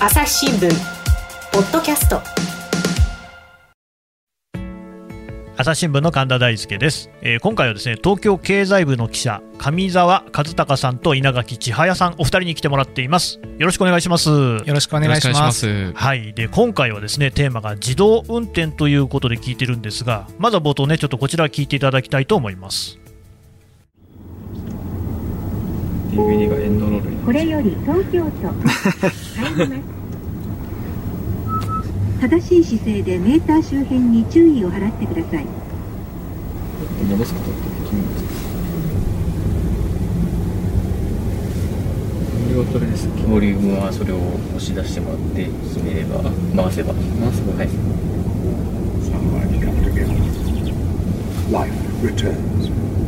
朝日新聞ポッドキャスト。 朝日新聞の神田大輔です。今回はですね、東京経済部の記者上澤和孝さんと稲垣千早さん、お二人に来てもらっています。よろしくお願いします。 よろしくお願いします。 はい。で、今回はですね、テーマが自動運転ということで聞いてるんですが、まずは冒頭ね、ちょっとこちら聞いていただきたいと思います。 DVD がエンドロールに。 これより東京都入ります。正しい姿勢でメーター周辺に注意を払ってください。 戻すことってできるんですか？これはこれです。ボリュームはそれを押し出してもらって決めれば、回せば、はい。 Sunlight comes together. Life returns.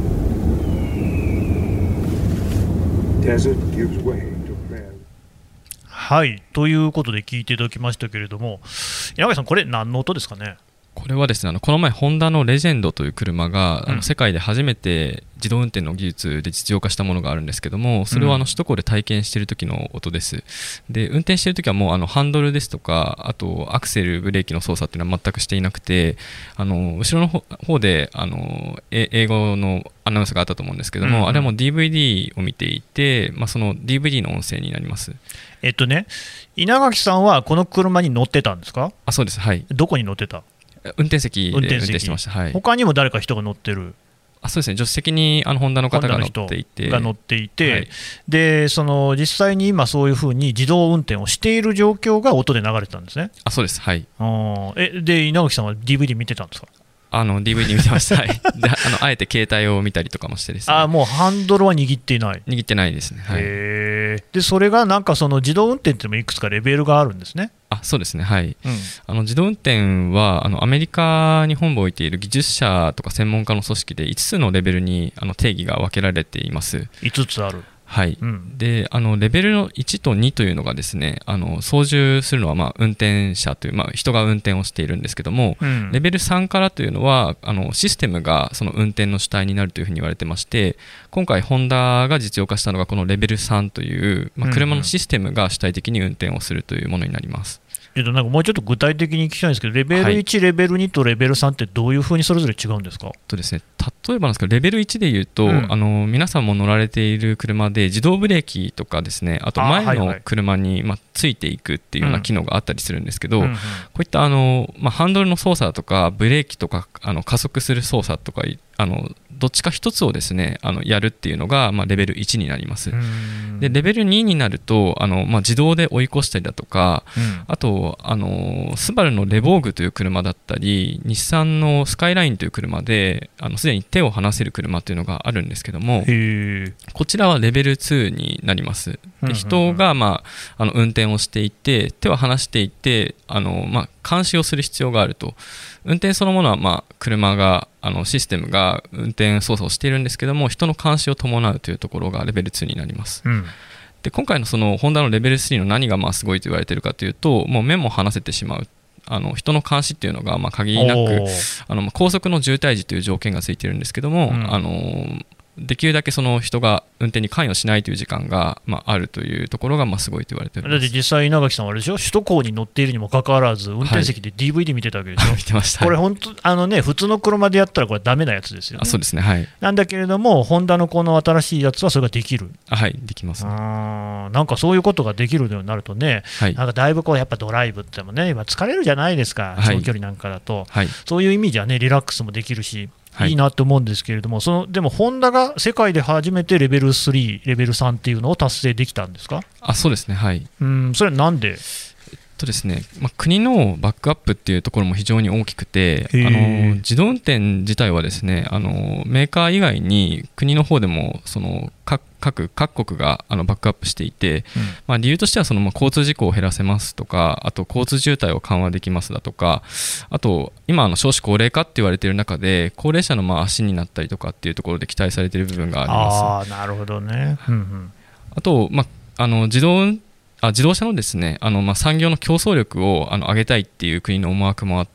Desert gives way to prayer. はい。ということで聞いていただきましたけれども、稲垣さん、これ何の音ですかね？ これはですね、この前ホンダのレジェンドという車が、世界で初めて自動運転の技術で実用化したものがあるんですけども、それを首都高で体験している時の音です。で、運転している時はもうハンドルですとか、あとアクセルブレーキの操作っていうのは全くしていなくて、後ろの方で英語のアナウンスがあったと思うんですけども、あれはもう DVD を見ていて、その DVD の音声になります。 稲垣さんはこの車に乗ってたんですか？ そうです。はい。 どこに乗ってた？ 運転席で運転してました。はい。 他にも誰か人が乗ってる？ そうですね。助手席にホンダの方が乗っていて、 はい、で実際に今そういうふうに自動運転をしている状況が音で流れてたんですね。 そうです。はい。 で、稲垣さんは DVD 見てたんですか ？DVD 見てました。はい。で、あえて携帯を見たりとかもしてですね。 もうハンドルは握っていない？ 握ってないですね。はい。 で、それがなんかその自動運転ってもいくつかレベルがあるんですね。 そうですね。はい。自動運転はアメリカに本部を置いている技術者とか専門家の組織で5つのレベルに定義が分けられています。 5つある。 はい。で、レベルの1と2というのがですね、操縦するのは運転者という、人が運転をしているんですけども、レベル3からというのはシステムがその運転の主体になるというふうに言われてまして、今回ホンダが実用化したのがこのレベル3という、車のシステムが主体的に運転をするというものになります。 なんかもうちょっと具体的に聞きたいんですけど、レベル1、レベル2とレベル3ってどういうふうにそれぞれ違うんですか？ ですね、例えばなんですけど、レベル1でいうと、皆さんも乗られている車で自動ブレーキとかですね、あと前の車についていくっていうような機能があったりするんですけど、こういったハンドルの操作とかブレーキとか加速する操作とかどっちか一つをですねやるっていうのがレベル1になります。でレベル2になると自動で追い越したりだとか、あとスバルのレボーグという車だったり日産のスカイラインという車ですでに手を離せる車というのがあるんですけども、こちらはレベル2になります。で人が運転をしていて手を離していて監視をする必要があると。運転そのものは車がシステムが運転操作をしているんですけども、人の監視を伴うというところがレベル2になります。で今回のそのホンダのレベル3の何がすごいと言われているかというと、もう目も離せてしまう人の監視っていうのが限りなく高速の渋滞時という条件がついているんですけども、できるだけその人が運転に関与しないという時間があるというところがすごいと言われています。 だって実際稲垣さんはあれでしょ、首都高に乗っているにもかかわらず運転席で DVD 見てたわけでしょ。 見てました。 これ本当普通の車でやったらこれダメなやつですよね。 そうですね。はい。 なんだけれどもホンダのこの新しいやつはそれができる。 はい、できますね。 なんかそういうことができるようになるとね、なんかだいぶやっぱドライブってもね今疲れるじゃないですか、長距離なんかだと、そういう意味じゃねリラックスもできるしいいなと思うんですけれども、でもホンダが世界で初めてレベル3、レベル3っていうのを達成できたんですか？ そうですね。はい。 それはなんで？ ですね、国のバックアップっていうところも非常に大きくて、自動運転自体はですねメーカー以外に国の方でも各国がバックアップしていて、理由としては交通事故を減らせますとか、あと交通渋滞を緩和できますだとか、あと今少子高齢化って言われている中で高齢者の足になったりとかっていうところで期待されている部分があります。 なるほどね。 あと、自動車のですね産業の競争力を上げたいっていう国の思惑もあって、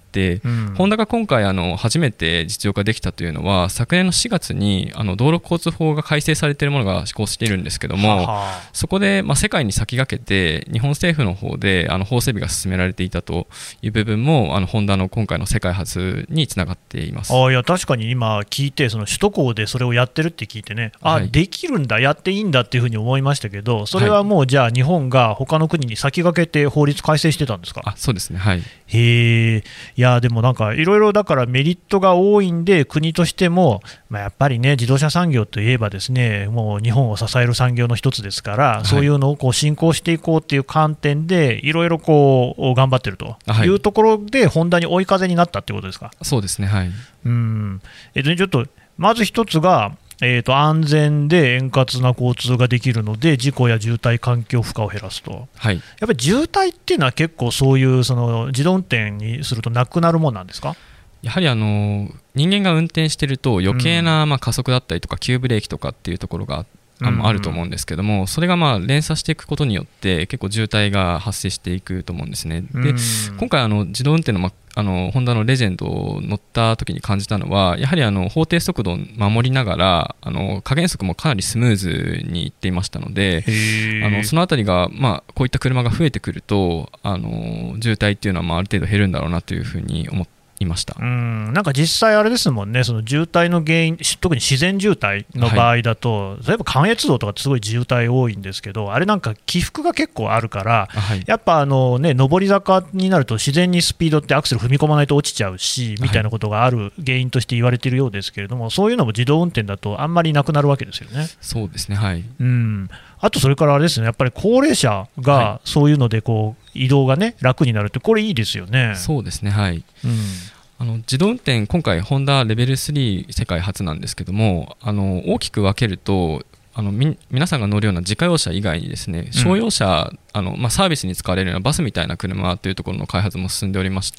て、ホンダが今回初めて実用化できたというのは昨年の4月に道路交通法が改正されているものが施行しているんですけども、そこで世界に先駆けて日本政府の方で法整備が進められていたという部分もホンダの今回の世界初につながっています。 いや確かに今聞いて、その首都高でそれをやってるって聞いてね、できるんだ、やっていいんだっていうふうに思いましたけど、それはもうじゃあ日本が他の国に先駆けて法律改正してたんですか？ そうですね、はい。 いやでもなんかいろいろだからメリットが多いんで、国としても、やっぱりね自動車産業といえばですね、もう日本を支える産業の一つですから、そういうのを振興していこうっていう観点でいろいろ頑張ってるというところで、ホンダに追い風になったってことですか？ そうですね、はい。 ちょっとまず一つが、安全で円滑な交通ができるので事故や渋滞環境負荷を減らすと、やっぱり渋滞っていうのは結構そういうその自動運転にするとなくなるもんなんですか？ やはり人間が運転していると余計な加速だったりとか急ブレーキとかっていうところがあると思うんですけども、それが連鎖していくことによって結構渋滞が発生していくと思うんですね。で今回自動運転のホンダのレジェンドを乗った時に感じたのは、やはり法定速度を守りながら加減速もかなりスムーズにいっていましたので、そのあたりがこういった車が増えてくると渋滞っていうのはある程度減るんだろうなというふうに思っていました。 なんか実際あれですもんね、その渋滞の原因、特に自然渋滞の場合だと、例えば関越道とかってすごい渋滞多いんですけど、あれなんか起伏が結構あるから、やっぱ上り坂になると自然にスピードってアクセル踏み込まないと落ちちゃうし、みたいなことがある原因として言われているようですけれども、そういうのも自動運転だとあんまりなくなるわけですよね。 そうですね、はい。 あとそれからあれですね、やっぱり高齢者がそういうので移動がね楽になるって、これいいですよね。 そうですね、はい。自動運転、今回ホンダレベル3世界初なんですけども、大きく分けると皆さんが乗るような自家用車以外にですね、商用車、サービスに使われるようなバスみたいな車というところの開発も進んでおりまして、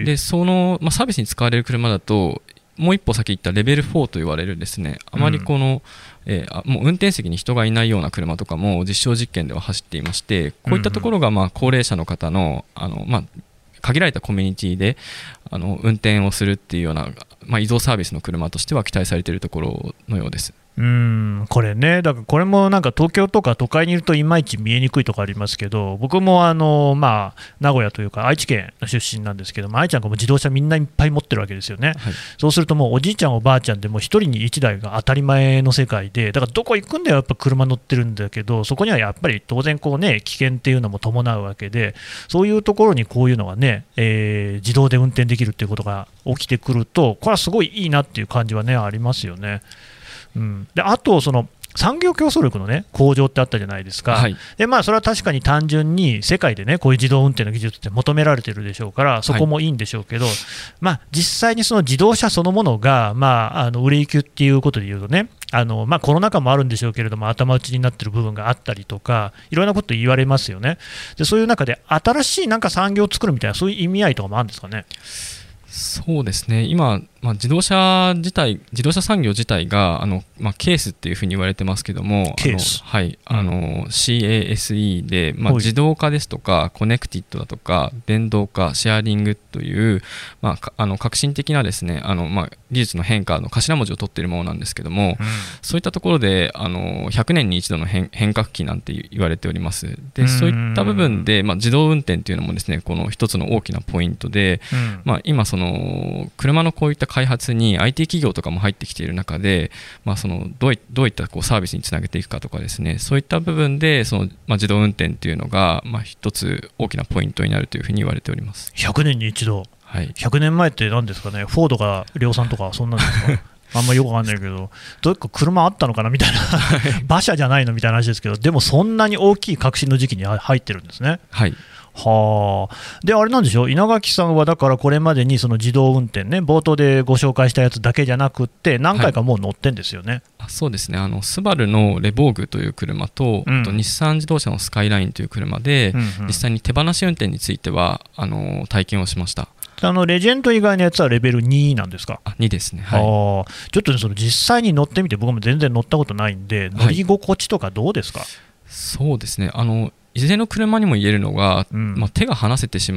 でその、サービスに使われる車だともう一歩先行ったレベル4と言われるですね、あまりもう運転席に人がいないような車とかも実証実験では走っていまして、こういったところが高齢者の方の限られたコミュニティで運転をするっていうような、移動サービスの車としては期待されているところのようです。 これね、だからこれもなんか東京とか都会にいるといまいち見えにくいところありますけど、僕も名古屋というか愛知県の出身なんですけども、愛ちゃんがもう自動車みんないっぱい持ってるわけですよね。そうするともうおじいちゃんおばあちゃんでも1人に1台が当たり前の世界で、だからどこ行くんだよ、やっぱ車乗ってるんだけど、そこにはやっぱり当然危険っていうのも伴うわけで、そういうところにこういうのがね、自動で運転できるっていうことが起きてくると、これはすごいいいなっていう感じはねありますよね。であとその産業競争力の、向上ってあったじゃないですか。でそれは確かに単純に世界でこういう自動運転の技術って求められてるでしょうから、そこもいいんでしょうけど、実際にその自動車そのものが、売れ行きっていうことでいうとね、コロナ禍もあるんでしょうけれども、頭打ちになってる部分があったりとか、いろんなこと言われますよね。でそういう中で新しいなんか産業を作るみたいな、そういう意味合いとかもあるんですかね。 そうですね、今、自動車産業自体がケースっていうふうに言われてますけども、CASE で、自動化ですとかコネクティッドだとか電動化、シェアリングという、革新的なですね技術の変化の頭文字を取っているものなんですけども、そういったところで100年に一度の変革期なんて言われております。でそういった部分で、自動運転というのもですね、この一つの大きなポイントで、今その車のこういった開発に IT 企業とかも入ってきている中で、どういったサービスにつなげていくかとかですね、そういった部分で自動運転というのが一つ大きなポイントになるというふうに言われております。 100年に一度、100年前って何ですかね、フォードが量産とかそんなんですかあんまよくわかんないけど、どっか車あったのかなみたいな馬車じゃないのみたいな話ですけど、でもそんなに大きい革新の時期に入ってるんですね。であれなんでしょう、稲垣さんはだからこれまでにその自動運転ね、冒頭でご紹介したやつだけじゃなくって何回かもう乗ってんですよね。 そうですね、スバルのレボーグという車と、あと日産自動車のスカイラインという車で、実際に手放し運転については体験をしました。 レジェンド以外のやつはレベル2なんですか ？2ですね。 ちょっとね、その実際に乗ってみて、僕も全然乗ったことないんで、乗り心地とかどうですか？ そうですね、いずれの車にも言えるのが、手が離せてしまっ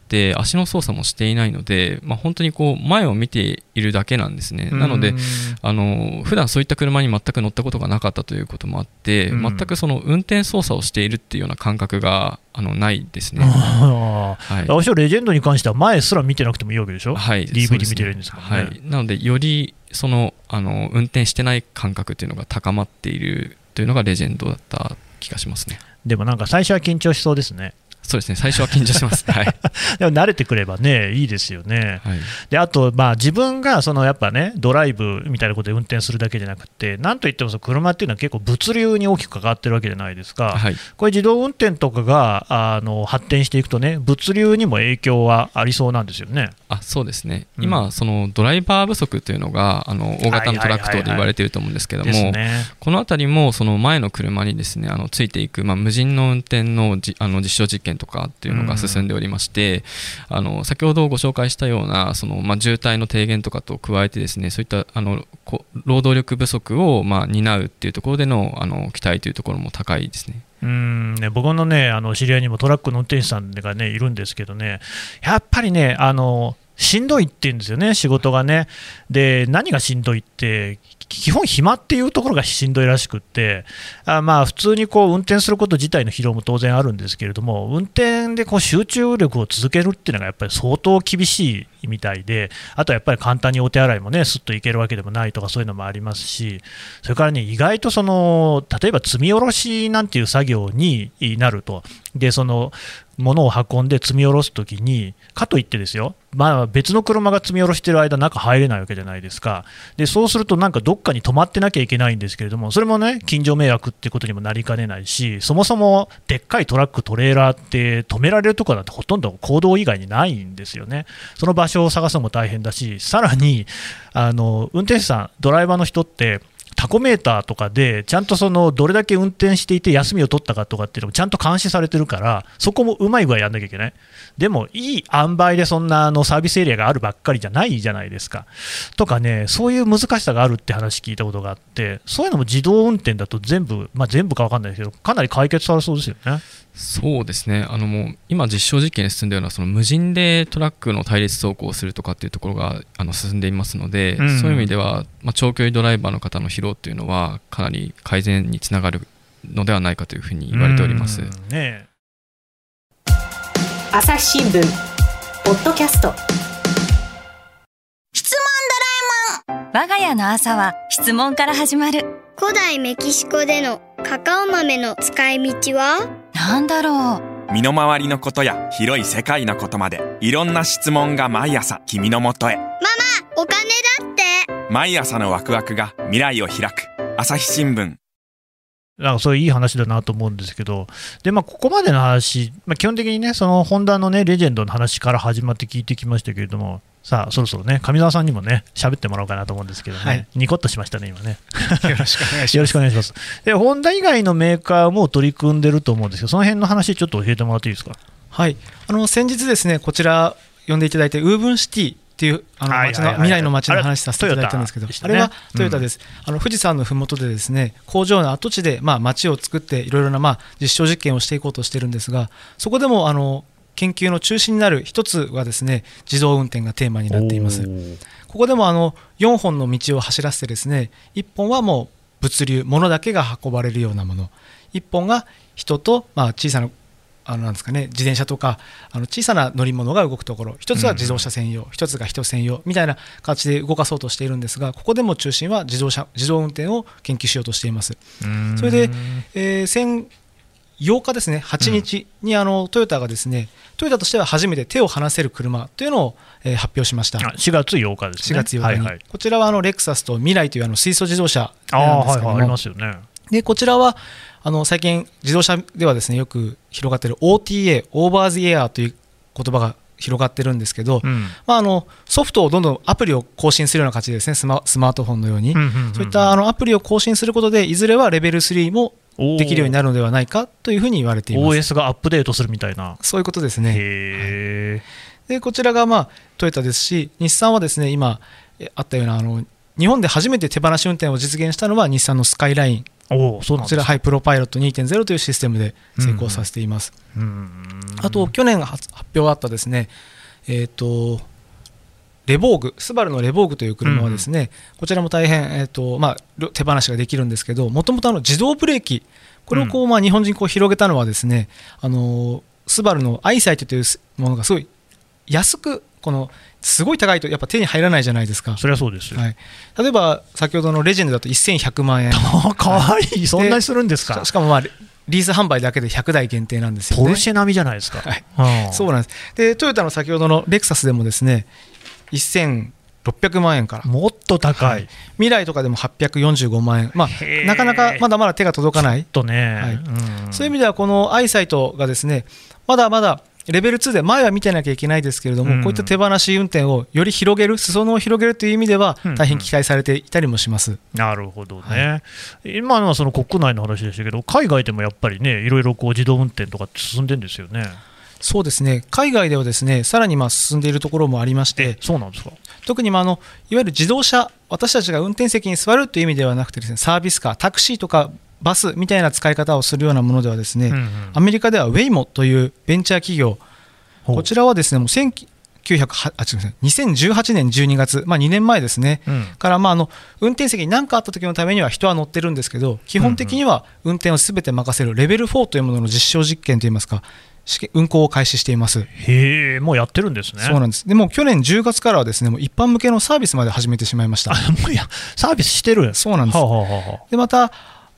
って足の操作もしていないので、本当にこう前を見ているだけなんですね。なので普段そういった車に全く乗ったことがなかったということもあって、全くその運転操作をしているっていうような感覚がないですね。 私はレジェンドに関しては前すら見てなくてもいいわけでしょ、 はい、 DVD 見てるんですからね。 なのでより運転してない感覚というのが高まっているというのがレジェンドだった気がしますね。 でもなんか最初は緊張しそうですね。 そうですね、最初は緊張します、はい、 でも慣れてくればね、いいですよね、はい、であと、自分がやっぱね、ドライブみたいなことで運転するだけじゃなくて、なんといっても車っていうのは結構物流に大きく関わってるわけじゃないですか、はい、これ自動運転とかが発展していくとね、物流にも影響はありそうなんですよね。 そうですね、今ドライバー不足というのが大型のトラック等で言われていると思うんですけども、このあたりも前の車にですねついていく、無人の運転の実証実験とかっていうのが進んでおりまして、先ほどご紹介したような渋滞の低減とかと加えてですね、そういった労働力不足を担うっていうところでの期待というところも高いですね。 僕のね知り合いにもトラックの運転手さんがねいるんですけどね、やっぱりねしんどいって言うんですよね、仕事がね。で、何がしんどいって、基本暇っていうところがしんどいらしくって、普通に運転すること自体の疲労も当然あるんですけれども、運転で集中力を続けるっていうのがやっぱり相当厳しいみたいで、あとはやっぱり簡単にお手洗いもねすっといけるわけでもないとか、そういうのもありますし、それからね、意外と例えば積み下ろしなんていう作業になると、で物を運んで積み下ろすときに、かといってですよ、別の車が積み下ろしている間、中入れないわけじゃないですか。でそうすると、なんかどっかに止まってなきゃいけないんですけれども、それもね、近所迷惑っていうことにもなりかねないし、そもそもでっかいトラック、トレーラーって止められるところなんてほとんど公道以外にないんですよね。その場所を探すのも大変だし、さらに運転手さん、ドライバーの人って、タコメーターとかでちゃんとどれだけ運転していて休みを取ったかとかっていうのもちゃんと監視されてるから、そこもうまい具合やんなきゃいけない。でもいい塩梅でそんなサービスエリアがあるばっかりじゃないじゃないですかとかね、そういう難しさがあるって話聞いたことがあって、そういうのも自動運転だと全部か分かんないですけど、かなり解決されそうですよね。 そうですね、もう今実証実験に進んだような無人でトラックの対立走行をするとかっていうところが進んでいますので、そういう意味では、長距離ドライバーの方の疲労というのはかなり改善につながるのではないかというふうに言われております。 朝日新聞ポッドキャスト、 質問ドラえもん。我が家の朝は質問から始まる。 古代メキシコでのカカオ豆の使い道は？ なんだろう。身の回りのことや広い世界のことまで、いろんな質問が毎朝君のもとへ。 ママ、お金だって。 毎朝のワクワクが未来を開く。朝日新聞。 なんかそういういい話だなと思うんですけど、でここまでの話、基本的にね、ホンダのねレジェンドの話から始まって聞いてきましたけれども、さあそろそろね上澤さんにもね喋ってもらおうかなと思うんですけどね、はい、ニコッとしましたね今ね。 よろしくお願いします。 よろしくお願いします。でホンダ以外のメーカーも取り組んでると思うんですけど、その辺の話ちょっと教えてもらっていいですか？ はい、先日ですね、こちら呼んでいただいてウーブンシティっていう未来の街の話させていただいたんですけど、あれはトヨタです。富士山のふもとでですね、工場の跡地で街を作っていろいろな実証実験をしていこうとしているんですが、そこでも研究の中心になる一つはですね、自動運転がテーマになっています。ここでも4本の道を走らせてですね、1本はもう物流、物だけが運ばれるようなもの、1本が人と小さななんですかね、自転車とか小さな乗り物が動くところ、一つは自動車専用、一つが人専用みたいな形で動かそうとしているんですが、ここでも中心は自動運転を研究しようとしています。それで、8日ですね、8日にトヨタがですね、トヨタとしては初めて手を離せる車というのを発表しました。 4月8日ですね。 4月8日に、こちらはレクサスとミライという水素自動車なんですけども、 ありますよね。 でこちらは最近自動車ではですねよく広がっている OTA オーバーズエアという言葉が広がってるんですけど、ソフトをどんどんアプリを更新するような形でですね、スマートフォンのように、そういったアプリを更新することでいずれはレベル3もできるようになるのではないかというふうに言われています。 OS がアップデートするみたいな、 そういうことですね。でこちらがトヨタですし、日産はですね今あったような日本で初めて手放し運転を実現したのは日産のスカイライン、こちらプロパイロット 2.0 というシステムで成功させています。 あと去年発表があったですね、レボーグ、スバルのレボーグという車はですね、こちらも大変、手放しができるんですけど、もともと自動ブレーキ、これを日本人広げたのはですね、スバルのアイサイトというものがすごい安く、すごい高いとやっぱ手に入らないじゃないですか。 それはそうですよ、 例えば先ほどのレジェンドだと1100万円かわいい、そんなにするんですか。 しかもリース販売だけで100台限定なんですよね。 ポルシェ並みじゃないですか。 そうなんです。でトヨタの先ほどのレクサスでもですね、1600万円からもっと高い、 未来とかでも845万円、なかなかまだまだ手が届かない、 そういう意味ではこのアイサイトがですね、まだまだレベル2で前は見てなきゃいけないですけれども、こういった手放し運転をより広げる、裾野を広げるという意味では大変期待されていたりもします。 なるほどね、今のはその国内の話でしたけど、海外でもやっぱりね、いろいろ自動運転とかって進んでるんですよね。 そうですね、海外ではですね、さらに進んでいるところもありまして、 そうなんですか。 特にいわゆる自動車、私たちが運転席に座るという意味ではなくてですね、サービスカー、タクシーとかバスみたいな使い方をするようなものではですね、アメリカではウェイモというベンチャー企業、こちらはですね、もう2018年12月、2年前ですね、から運転席に何かあった時のためには人は乗ってるんですけど、基本的には運転をすべて任せるレベル4というものの実証実験といいますか、運行を開始しています。 へえ、もうやってるんですね。 そうなんです。でも去年10月からはですね、もう一般向けのサービスまで始めてしまいました。 もうサービスしてる。 そうなんです。でまた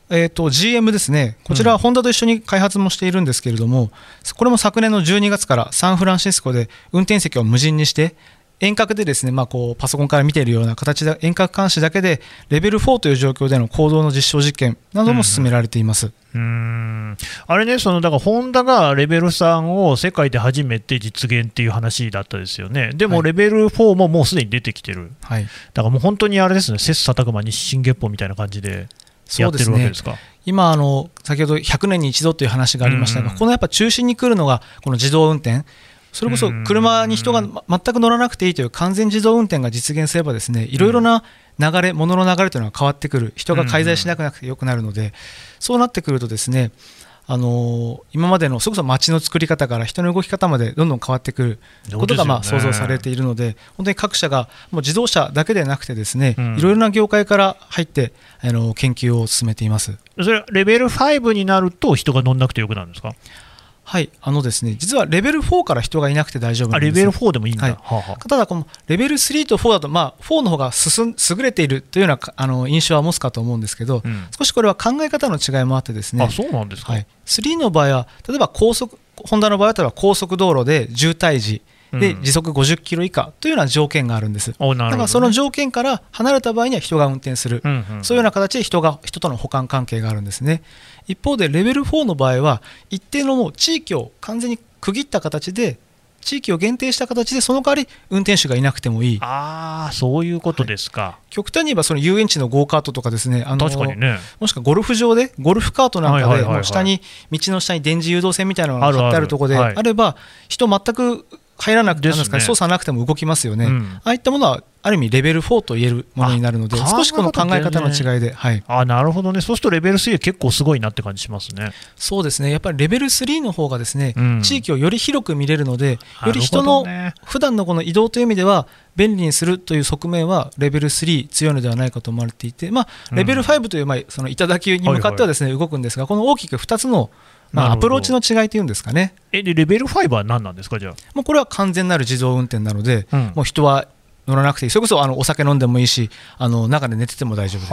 GM ですね、こちらはホンダと一緒に開発もしているんですけれども、これも昨年の12月からサンフランシスコで運転席を無人にして遠隔でですね、パソコンから見ているような形で遠隔監視だけでレベル4という状況での行動の実証実験なども進められています。 あれね、だからホンダがレベル3を世界で初めて実現っていう話だったですよね。でもレベル4ももうすでに出てきてる、だからもう本当にあれですね、切磋琢磨日進月歩みたいな感じでやってるわけですか。 今先ほど100年に一度という話がありましたが、このやっぱ中心に来るのがこの自動運転、それこそ車に人が全く乗らなくていいという完全自動運転が実現すればですね、いろいろな流れ、物の流れというのが変わってくる、人が介在しなくてよくなるので、そうなってくるとですね、今までのそれこそ街の作り方から人の動き方までどんどん変わってくることが想像されているので、本当に各社がもう自動車だけでなくてですね、いろいろな業界から入って研究を進めています。 それレベル5になると人が乗らなくてよくなるんですか。 はい、ですね、実はレベル4から人がいなくて大丈夫なんです。 レベル4でもいいんだ。 ただこのレベル3と4だと、4の方が優れているというような印象は持つかと思うんですけど、少しこれは考え方の違いもあってですね。 そうなんですか。 3の場合は例えばホンダの場合は高速道路で渋滞時で時速50キロ以下というような条件があるんです。だからその条件から離れた場合には人が運転する、そういうような形で人との補完関係があるんですね。一方でレベル4の場合は一定のもう地域を完全に区切った形で、地域を限定した形でその代わり運転手がいなくてもいい。 そういうことですか。 極端に言えばその遊園地のゴーカートとかですね、 確かにね、 もしくはゴルフ場でゴルフカートなんかでもう下に道の下に電磁誘導線みたいなのが張ってあるところであれば、人全く入らなくて、操作なくても動きますよね。ああいったものはある意味レベル4と言えるものになるので、少しこの考え方の違いで、 なるほどね。そうするとレベル3は結構すごいなって感じしますね。 そうですね、やっぱりレベル3の方がですね、地域をより広く見れるので、より人の普段のこの移動という意味では便利にするという側面はレベル3強いのではないかと思われていて、レベル5というその頂に向かってはですね、動くんですが、この大きく2つのアプローチの違いというんですかね。 レベル5は何なんですか。じゃあもうこれは完全なる自動運転なので、もう人は乗らなくていい。それこそお酒飲んでもいいし、中で寝てても大丈夫です。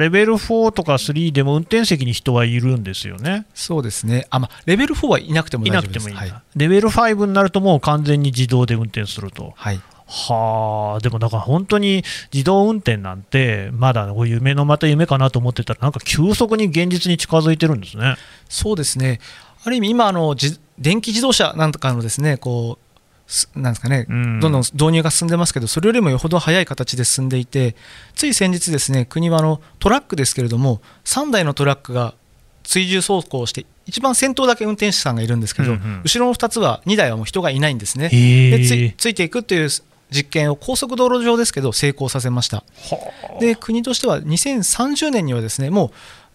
レベル4とか3でも運転席に人はいるんですよね。 そうですね。レベル4はいなくても大丈夫です。 レベル5になるともう完全に自動で運転すると。でもだから本当に自動運転なんてまだ夢のまた夢かなと思ってたら、なんか急速に現実に近づいてるんですね。 そうですね。ある意味今電気自動車なんとかのですね、なんですかね、どんどん導入が進んでますけど、それよりもよほど早い形で進んでいて、つい先日ですね、国はトラックですけれども、3台のトラックが追従走行して、一番先頭だけ運転手さんがいるんですけど、後ろの2台はもう人がいないんですね。でついていくという実験を高速道路上ですけど成功させました。で国としては2030年にはですね、もう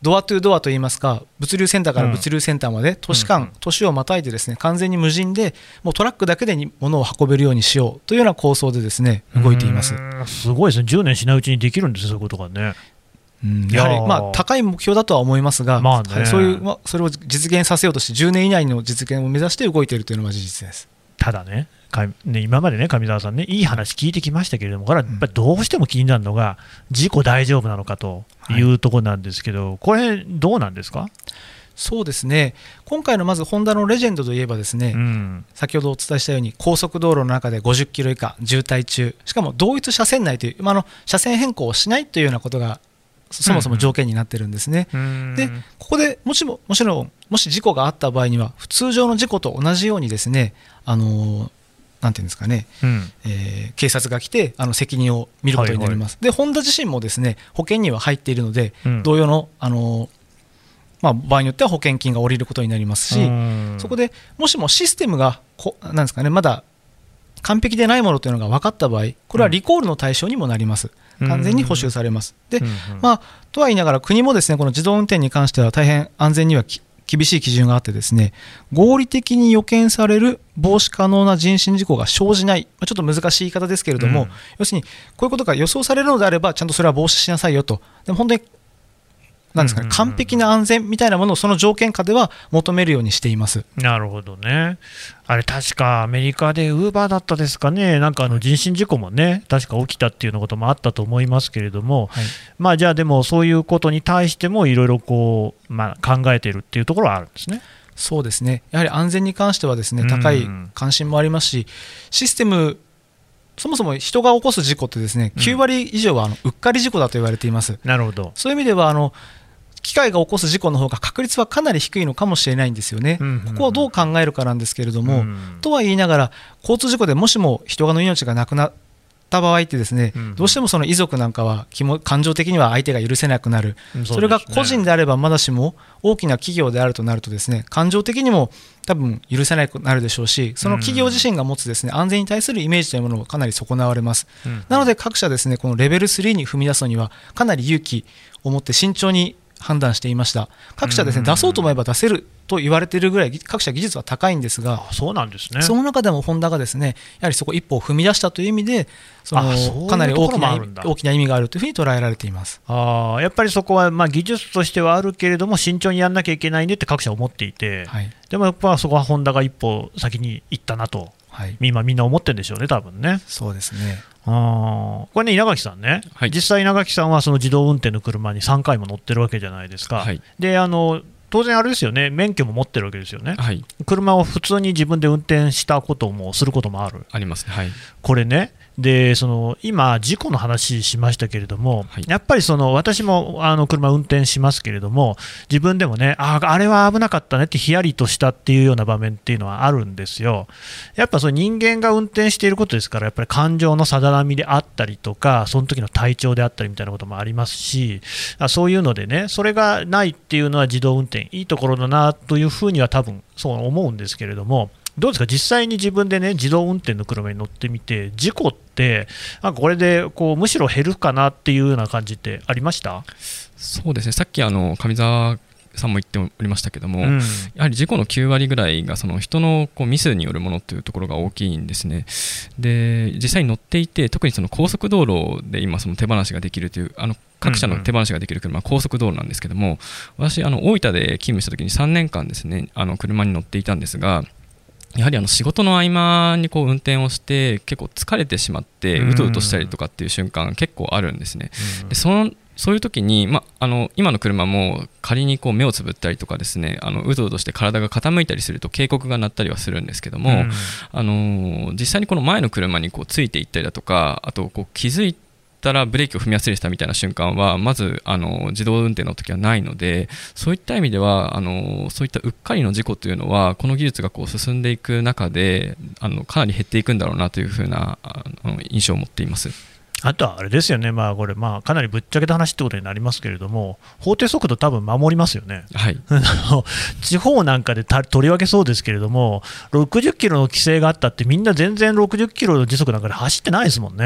ドアトゥドアといいますか、物流センターから物流センターまで都市間、都市をまたいでですね、完全に無人でもうトラックだけで物を運べるようにしようというような構想でですね動いています。 すごいですね。10年しないうちにできるんですよ、そういうことがね。 やはり高い目標だとは思いますが、それを実現させようとして10年以内の実現を目指して動いているというのが事実です。 ただね、今までね、上澤さんね、いい話聞いてきましたけれども、これはやっぱりどうしても気になるのが、事故大丈夫なのかというところなんですけど、これ、どうなんですか？ そうですね、今回のまずホンダのレジェンドといえばですね、先ほどお伝えしたように高速道路の中で50キロ以下渋滞中、しかも同一車線内という、車線変更をしないというようなことがそもそも条件になってるんですね。でここでもし事故があった場合には通常の事故と同じようにですね、なんていうんですかね、警察が来て責任を見ることになります。でホンダ自身もですね保険には入っているので、同様の場合によっては保険金が下りることになりますし、そこでもしもシステムがなんですかね、まだ完璧でないものというのが分かった場合、これはリコールの対象にもなります。完全に補修されます。で、とは言いながら国もですねこの自動運転に関しては大変安全には厳しい基準があってですね、合理的に予見される防止可能な人身事故が生じない、ちょっと難しい言い方ですけれども、要するにこういうことが予想されるのであればちゃんとそれは防止しなさいよと。でも本当になんですかね、完璧な安全みたいなものをその条件下では求めるようにしています。 なるほどね。あれ確かアメリカでウーバーだったですかね、なんか人身事故もね確か起きたっていうのこともあったと思いますけれども、じゃあでもそういうことに対してもいろいろ考えているっていうところはあるんですね。 そうですね、やはり安全に関してはですね高い関心もありますし、システムそもそも人が起こす事故ってですね9割以上はうっかり事故だと言われています。 なるほど。 そういう意味では機械が起こす事故の方が確率はかなり低いのかもしれないんですよね。ここをどう考えるかなんですけれども、とは言いながら交通事故でもしも人の命がなくなった場合ってですね、どうしてもその遺族なんかは感情的には相手が許せなくなる、それが個人であればまだしも大きな企業であるとなるとですね感情的にも多分許せなくなるでしょうし、その企業自身が持つですね安全に対するイメージというものもかなり損なわれます。なので各社ですねこのレベル3に踏み出すのにはかなり勇気を持って慎重に判断していました。各社ですね出そうと思えば出せると言われているぐらい各社技術は高いんですが、 そうなんですね。 その中でもホンダがですねやはりそこ一歩を踏み出したという意味でかなり大きな意味があるというふうに捉えられています。 やっぱりそこは技術としてはあるけれども慎重にやらなきゃいけないねって各社思っていて、でもやっぱそこはホンダが一歩先に行ったなと、今みんな思ってるんでしょうね多分ね。 そうですね。 これね稲垣さんね、実際稲垣さんはその自動運転の車に3回も乗ってるわけじゃないですか。で当然あれですよね、免許も持ってるわけですよね。車を普通に自分で運転したこともすることもありますね。 これねで今、事故の話しましたけれども、やっぱり私も車運転しますけれども、自分でもね、あれは危なかったねってヒヤリとしたっていうような場面っていうのはあるんですよ。やっぱ人間が運転していることですから、やっぱり感情の定波であったりとか、その時の体調であったりみたいなこともありますし、そういうのでね、それがないっていうのは自動運転、いいところだなというふうには多分そう思うんですけれども、どうですか、実際に自分でね自動運転の車に乗ってみて、事故ってこれでむしろ減るかなっていうような感じってありました？ そうですね、さっき上澤さんも言っておりましたけども、やはり事故の9割ぐらいが人のミスによるものというところが大きいんですね。で実際に乗っていて、特に高速道路で今手放しができるという各社の手放しができる車は高速道路なんですけども、私大分で勤務した時に3年間ですね車に乗っていたんですが、やはり仕事の合間に運転をして結構疲れてしまってうとうとしたりとかっていう瞬間が結構あるんですね。でそういう時に、今の車も仮に目をつぶったりとかですねうとうとして体が傾いたりすると警告が鳴ったりはするんですけども、実際にこの前の車についていったりだとか、あと気づいたらブレーキを踏み忘れしたみたいな瞬間はまず自動運転の時はないので、そういった意味ではそういったうっかりの事故というのはこの技術が進んでいく中でかなり減っていくんだろうなというふうな印象を持っています。 あとはあれですよね、これかなりぶっちゃけた話ってことになりますけれども、法定速度多分守りますよね。地方なんかでとりわけそうですけれども、60キロの規制があったってみんな全然60キロの時速なんかで走ってないですもんね。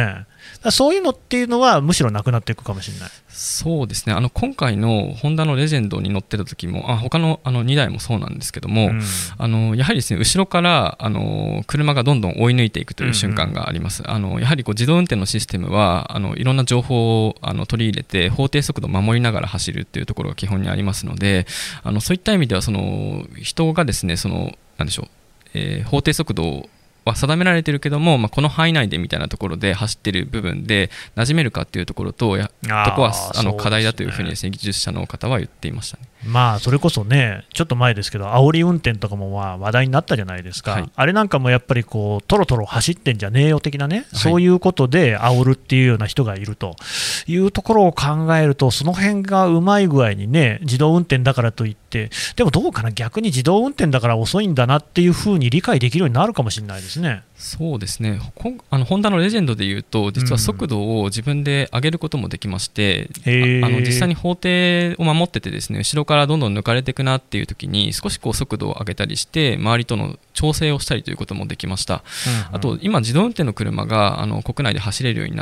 そういうのっていうのはむしろなくなっていくかもしれない。 そうですね、今回のホンダのレジェンドに乗ってた時も他の2台もそうなんですけども、やはりですね、後ろから車がどんどん追い抜いていくという瞬間があります。やはり自動運転のシステムはいろんな情報を取り入れて法定速度を守りながら走るっていうところが基本にありますので、そういった意味では人がですね、なんでしょう、法定速度は定められているけども、この範囲内でみたいなところで走っている部分で馴染めるかっていうところと、どこは課題だというふうにですね、技術者の方は言っていましたね。 それこそね、ちょっと前ですけど煽り運転とかも話題になったじゃないですか、はい、あれなんかもやっぱりトロトロ走ってんじゃねえよ的なね、そういうことで煽るっていうような人がいるというところを考えると、その辺がうまい具合にね、自動運転だからといって、でもどうかな、逆に自動運転だから遅いんだなっていうふうに理解できるようになるかもしれないですね。 そうですね、ホンダのレジェンドでいうと、実は速度を自分で上げることもできまして、実際に法定を守っててですね、後ろからどんどん抜かれていくなっていう時に少し速度を上げたりして周りとの調整をしたりということもできました。あと今自動運転の車が国内で走れるようになって、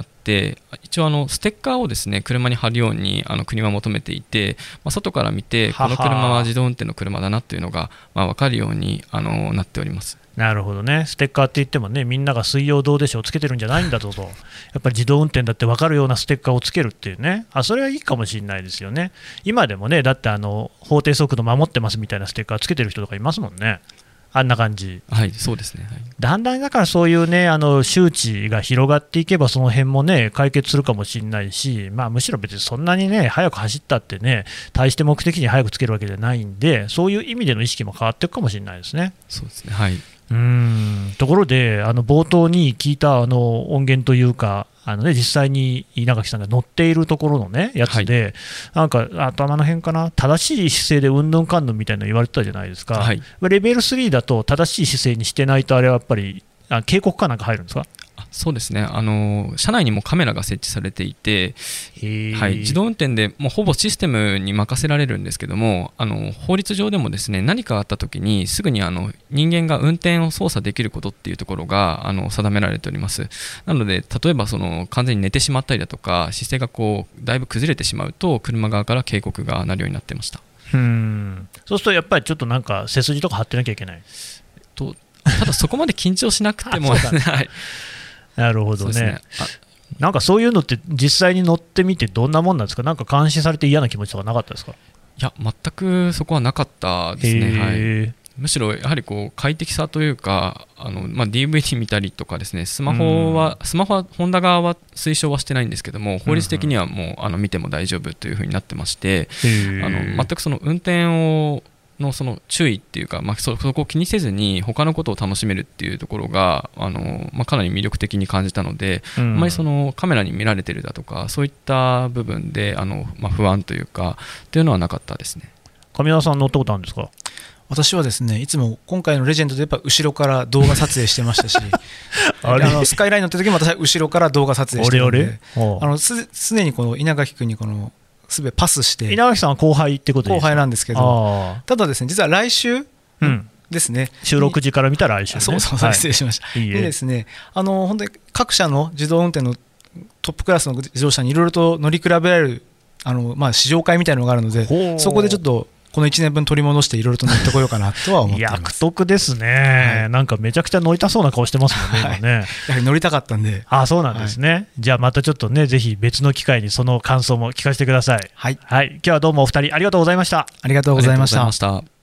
一応ステッカーをですね車に貼るように国は求めていて、外から見てこの車は自動運転の車だなっていうのが分かるようになっております。 なるほどね。ステッカーって言ってもね、みんなが水曜どうでしょうつけてるんじゃないんだぞと、やっぱり自動運転だって分かるようなステッカーをつけるっていうね、それはいいかもしれないですよね。今でもね、だって法定速度守ってますみたいなステッカーつけてる人とかいますもんね。あんな感じ。 はい、そうですね。はい、 だんだんだからそういうね、周知が広がっていけば、その辺もね、解決するかもしれないし、むしろ別にそんなにね、速く走ったってね、大して目的に速くつけるわけじゃないんで、そういう意味での意識も変わっていくかもしれないですね。 そうですね。はい。 ところで、冒頭に聞いた音源というか、実際に稲垣さんが乗っているところの、ね、やつで、なんか頭の辺かな、正しい姿勢でうんぬんかんぬんみたいなの言われてたじゃないですか、はい、レベル3だと正しい姿勢にしてないと、あれはやっぱり警告かなんか入るんですか？ そうですね、車内にもカメラが設置されていて、はい、自動運転でもうほぼシステムに任せられるんですけども、法律上でもですね、何かあったときにすぐに人間が運転を操作できることっていうところが定められております。なので例えば完全に寝てしまったりだとか、姿勢がだいぶ崩れてしまうと車側から警告が鳴るようになっていました。 そうするとやっぱりちょっとなんか背筋とか張ってなきゃいけないただそこまで緊張しなくてもなるほどね。なんかそういうのって実際に乗ってみてどんなもんなんですか？なんか監視されて嫌な気持ちとかなかったですか？ いや、全くそこはなかったですね。はい、むしろやはり快適さというか、DVD 見たりとかですね、スマホはホンダ側は推奨はしてないんですけども、法律的にはもう見ても大丈夫というふうになってまして、全く運転の注意っていうか、そこを気にせずに他のことを楽しめるっていうところがかなり魅力的に感じたので、あまりカメラに見られてるだとかそういった部分で不安というかっていうのはなかったですね。 上田さん乗ったことあるんですか？ 私はですね、いつも今回のレジェンドでやっぱ後ろから動画撮影してましたしスカイライン乗った時も私は後ろから動画撮影してるので、常に稲垣君にすべパスして。 稲垣さんは後輩ってことですか？ 後輩なんですけど、ただですね、実は来週ですね、 収録時から見たら来週ね。 そう失礼しました。でですね、本当に各社の自動運転のトップクラスの自動車にいろいろと乗り比べられる試乗会みたいなのがあるので、そこでちょっとこの1年分取り戻していろいろと乗ってこようかなとは思っています。 役得ですね、なんかめちゃくちゃ乗りたそうな顔してますもんね、今ね。 やはり乗りたかったんで。 そうなんですね。じゃあまたちょっとね、ぜひ別の機会にその感想も聞かせてください。はい、今日はどうもお二人ありがとうございました。 ありがとうございました。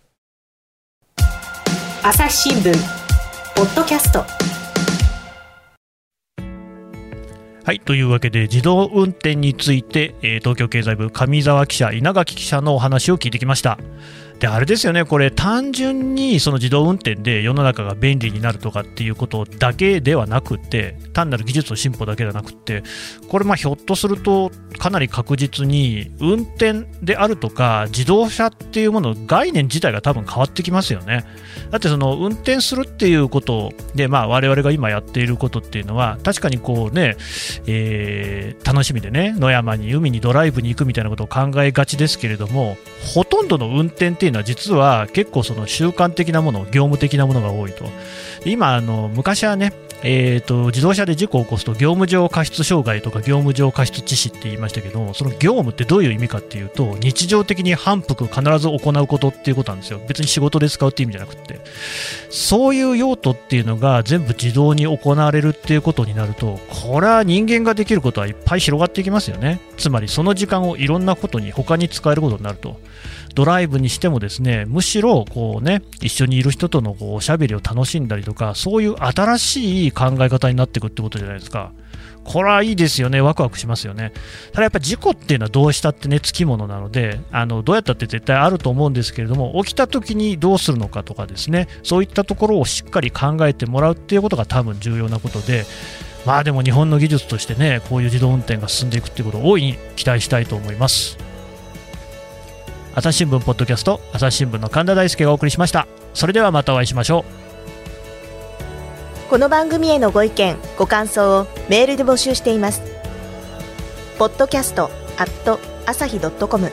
朝日新聞ポッドキャスト。 はい、というわけで自動運転について、東京経済部上沢記者、稲垣記者のお話を聞いてきました。で、あれですよね、これ単純にその自動運転で世の中が便利になるとかっていうことだけではなくて、単なる技術の進歩だけではなくて、これひょっとするとかなり確実に運転であるとか自動車っていうものの概念自体が多分変わってきますよね。だって運転するっていうことで、我々が今やっていることっていうのは確かに楽しみでね、野山に海にドライブに行くみたいなことを考えがちですけれども、ほとんどの運転っていうのは実は結構習慣的なもの、業務的なものが多いと。今昔はね、 自動車で事故を起こすと業務上過失傷害とか業務上過失致死って言いましたけど、その業務ってどういう意味かっていうと、日常的に反復必ず行うことっていうことなんですよ。別に仕事で使うっていう意味じゃなくて、そういう用途っていうのが全部自動に行われるっていうことになると、これは人間ができることはいっぱい広がっていきますよね。つまりその時間をいろんなことに他に使えることになると。ドライブにしてもですね、むしろこうね、一緒にいる人とのおしゃべりを楽しんだりとか、そういう新しい考え方になっていくってことじゃないですか。これはいいですよね。ワクワクしますよね。ただやっぱ事故っていうのはどうしたってね、つきものなので、どうやったって絶対あると思うんですけれども、起きた時にどうするのかとかですね、そういったところをしっかり考えてもらうっていうことが多分重要なことで、まあでも日本の技術としてね、こういう自動運転が進んでいくっていうことを大いに期待したいと思います。朝日新聞ポッドキャスト、朝日新聞の神田大輔がお送りしました。それではまたお会いしましょう。この番組へのご意見ご感想をメールで募集しています。podcast@asahi.com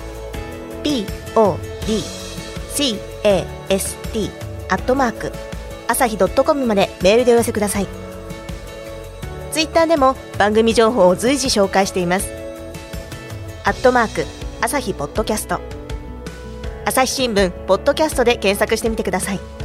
podcast@ 朝日.com までメールでお寄せください。ツイッターでも番組情報を随時紹介しています。朝日ポッドキャスト、朝日新聞ポッドキャストで検索してみてください。